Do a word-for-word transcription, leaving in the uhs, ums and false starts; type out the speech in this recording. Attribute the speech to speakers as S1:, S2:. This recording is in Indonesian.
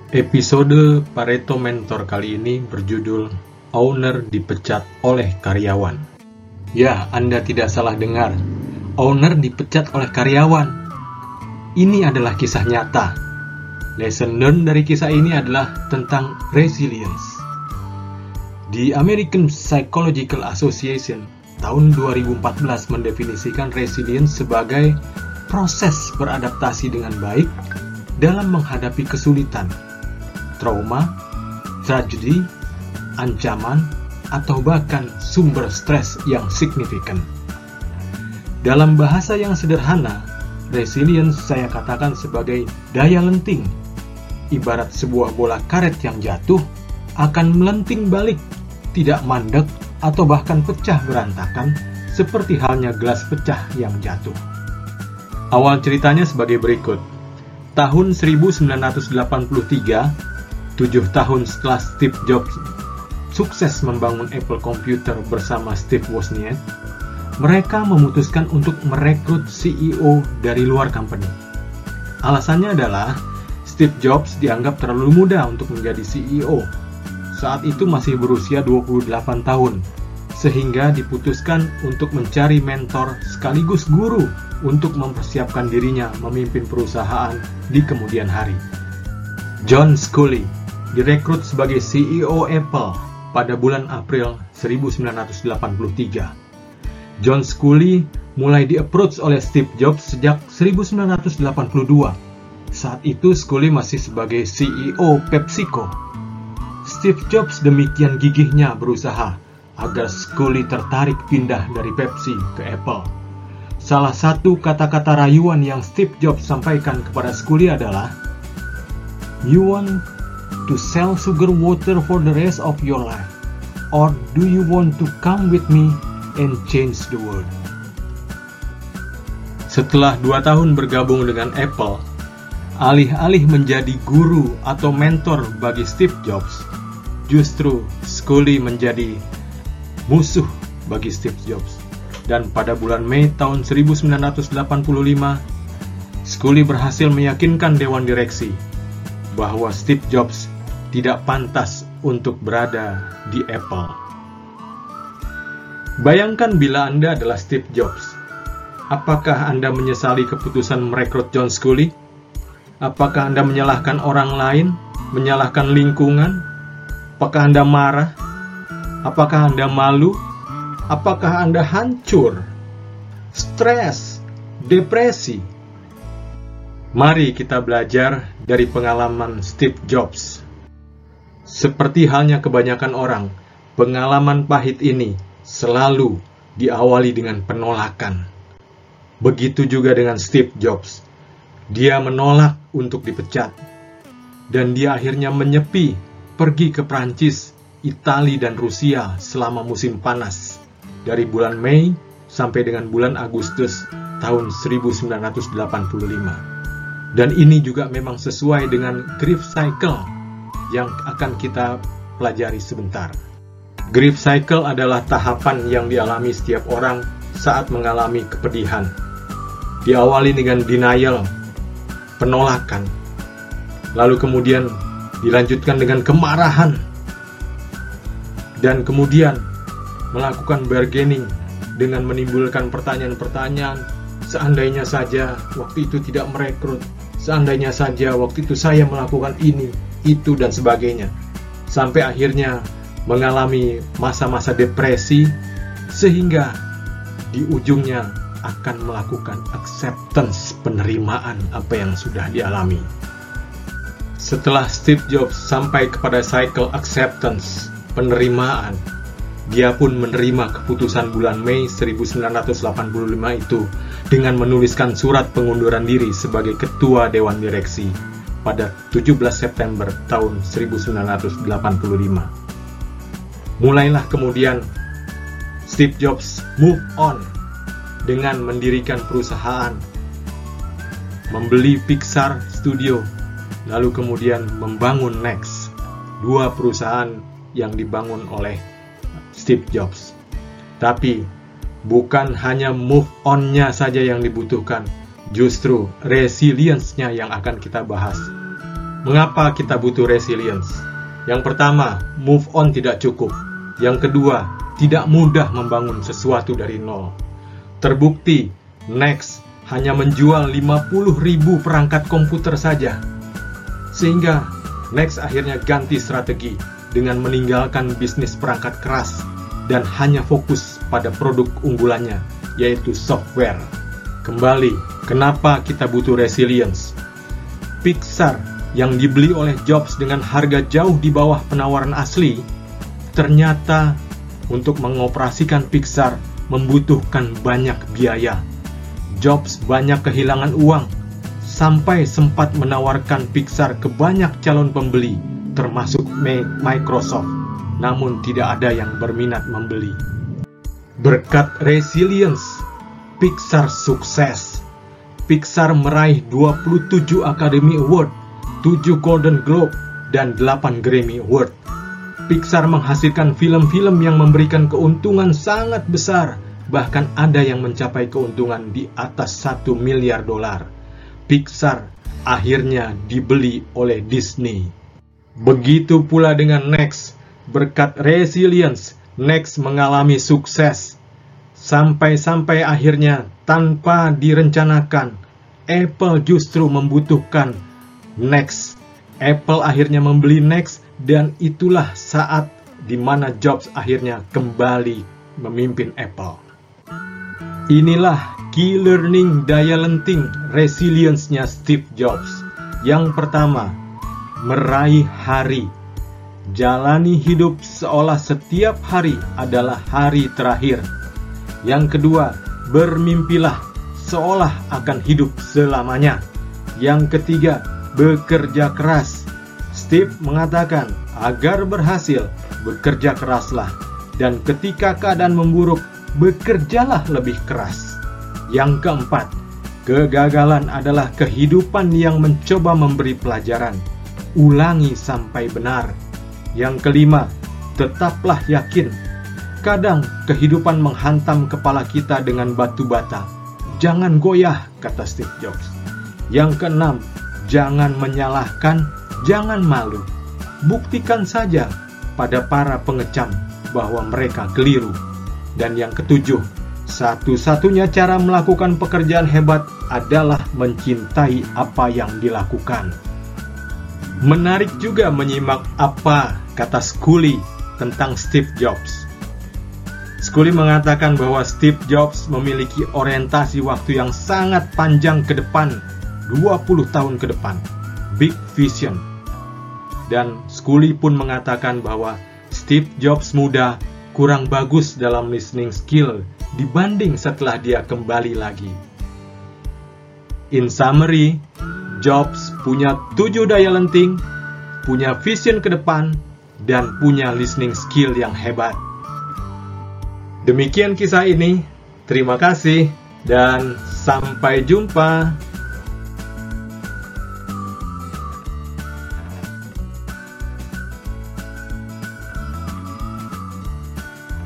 S1: Episode Pareto Mentor kali ini berjudul Owner dipecat oleh karyawan. Ya, Anda tidak salah dengar. Owner dipecat oleh karyawan. Ini adalah kisah nyata. Lesson learned dari kisah ini adalah tentang resilience. The American Psychological Association tahun dua ribu empat belas mendefinisikan resilience sebagai proses beradaptasi dengan baik dalam menghadapi kesulitan, trauma, tragedi, ancaman, atau bahkan sumber stres yang signifikan. Dalam bahasa yang sederhana, resilience saya katakan sebagai daya lenting. Ibarat sebuah bola karet yang jatuh akan melenting balik, tidak mandek atau bahkan pecah berantakan seperti halnya gelas pecah yang jatuh. Awal ceritanya sebagai berikut. Tahun seribu sembilan ratus delapan puluh tiga, tujuh tahun setelah Steve Jobs sukses membangun Apple Computer bersama Steve Wozniak, mereka memutuskan untuk merekrut C E O dari luar company. Alasannya adalah Steve Jobs dianggap terlalu muda untuk menjadi C E O. Saat itu masih berusia dua puluh delapan tahun, sehingga diputuskan untuk mencari mentor sekaligus guru untuk mempersiapkan dirinya memimpin perusahaan di kemudian hari. John Sculley direkrut sebagai C E O Apple pada bulan April seribu sembilan ratus delapan puluh tiga. John Sculley mulai di-approach oleh Steve Jobs sejak seribu sembilan ratus delapan puluh dua. Saat itu Sculley masih sebagai C E O PepsiCo. Steve Jobs demikian gigihnya berusaha agar Sculley tertarik pindah dari Pepsi ke Apple. Salah satu kata-kata rayuan yang Steve Jobs sampaikan kepada Sculley adalah, "You want to sell sugar water for the rest of your life, or do you want to come with me and change the world?" Setelah dua tahun bergabung dengan Apple, alih-alih menjadi guru atau mentor bagi Steve Jobs, justru Sculley menjadi musuh bagi Steve Jobs. Dan pada bulan Mei tahun seribu sembilan ratus delapan puluh lima, Sculley berhasil meyakinkan dewan direksi bahwa Steve Jobs tidak pantas untuk berada di Apple. Bayangkan bila Anda adalah Steve Jobs. Apakah Anda menyesali keputusan merekrut John Sculley? Apakah Anda menyalahkan orang lain? Menyalahkan lingkungan? Apakah Anda marah? Apakah Anda malu? Apakah Anda hancur, stres, depresi? Mari kita belajar dari pengalaman Steve Jobs. Seperti halnya kebanyakan orang, pengalaman pahit ini selalu diawali dengan penolakan. Begitu juga dengan Steve Jobs. Dia menolak untuk dipecat. Dan dia akhirnya menyepi, pergi ke Prancis, Italia, dan Rusia selama musim panas. Dari bulan Mei sampai dengan bulan Agustus tahun seribu sembilan ratus delapan puluh lima. Dan ini juga memang sesuai dengan grief cycle yang akan kita pelajari sebentar. Grief cycle adalah tahapan yang dialami setiap orang saat mengalami kepedihan. Diawali dengan denial, penolakan, lalu kemudian dilanjutkan dengan kemarahan, dan kemudian melakukan bargaining dengan menimbulkan pertanyaan-pertanyaan, seandainya saja waktu itu tidak merekrut, seandainya saja waktu itu saya melakukan ini, itu, dan sebagainya. Sampai akhirnya mengalami masa-masa depresi, sehingga di ujungnya akan melakukan acceptance, penerimaan apa yang sudah dialami. Setelah Steve Jobs sampai kepada cycle acceptance, penerimaan, dia pun menerima keputusan bulan Mei seribu sembilan ratus delapan puluh lima itu dengan menuliskan surat pengunduran diri sebagai ketua dewan direksi pada tujuh belas September tahun seribu sembilan ratus delapan puluh lima. Mulailah kemudian Steve Jobs move on dengan mendirikan perusahaan, membeli Pixar Studio, lalu kemudian membangun Next, dua perusahaan yang dibangun oleh Steve Jobs. Tapi bukan hanya move on-nya saja yang dibutuhkan, justru resilience-nya yang akan kita bahas. Mengapa kita butuh resilience? Yang pertama, move on tidak cukup. Yang kedua, tidak mudah membangun sesuatu dari nol. Terbukti, Next hanya menjual lima puluh ribu perangkat komputer saja. Sehingga Next akhirnya ganti strategi dengan meninggalkan bisnis perangkat keras dan hanya fokus pada produk unggulannya, yaitu software. Kembali, kenapa kita butuh resilience? Pixar yang dibeli oleh Jobs dengan harga jauh di bawah penawaran asli, ternyata untuk mengoperasikan Pixar membutuhkan banyak biaya. Jobs banyak kehilangan uang, sampai sempat menawarkan Pixar ke banyak calon pembeli, termasuk Microsoft, namun tidak ada yang berminat membeli. Berkat resilience, Pixar sukses. Pixar meraih dua puluh tujuh Academy Award, tujuh Golden Globe, dan delapan Grammy Award. Pixar menghasilkan film-film yang memberikan keuntungan sangat besar, bahkan ada yang mencapai keuntungan di atas satu miliar dolar. Pixar akhirnya dibeli oleh Disney. Begitu pula dengan Next. Berkat resilience, Next mengalami sukses. Sampai-sampai akhirnya tanpa direncanakan, Apple justru membutuhkan Next. Apple akhirnya membeli Next, dan itulah saat di mana Jobs akhirnya kembali memimpin Apple. Inilah key learning daya lenting resilience-nya Steve Jobs. Yang pertama, meraih hari. Jalani hidup seolah setiap hari adalah hari terakhir. Yang kedua, bermimpilah seolah akan hidup selamanya. Yang ketiga, bekerja keras. Steve mengatakan, agar berhasil, bekerja keraslah. Dan ketika keadaan memburuk, bekerjalah lebih keras. Yang keempat, kegagalan adalah kehidupan yang mencoba memberi pelajaran. Ulangi sampai benar. Yang kelima, tetaplah yakin. Kadang kehidupan menghantam kepala kita dengan batu bata. Jangan goyah, kata Steve Jobs. Yang keenam, jangan menyalahkan, jangan malu. Buktikan saja pada para pengecam bahwa mereka keliru. Dan yang ketujuh, satu-satunya cara melakukan pekerjaan hebat adalah mencintai apa yang dilakukan. Menarik juga menyimak apa kata Scully tentang Steve Jobs. Scully mengatakan bahwa Steve Jobs memiliki orientasi waktu yang sangat panjang ke depan, dua puluh tahun ke depan, big vision. Dan Scully pun mengatakan bahwa Steve Jobs muda kurang bagus dalam listening skill dibanding setelah dia kembali lagi. In summary, Jobs punya tujuh daya lenting, punya vision ke depan, dan punya listening skill yang hebat. Demikian kisah ini, terima kasih, dan sampai jumpa.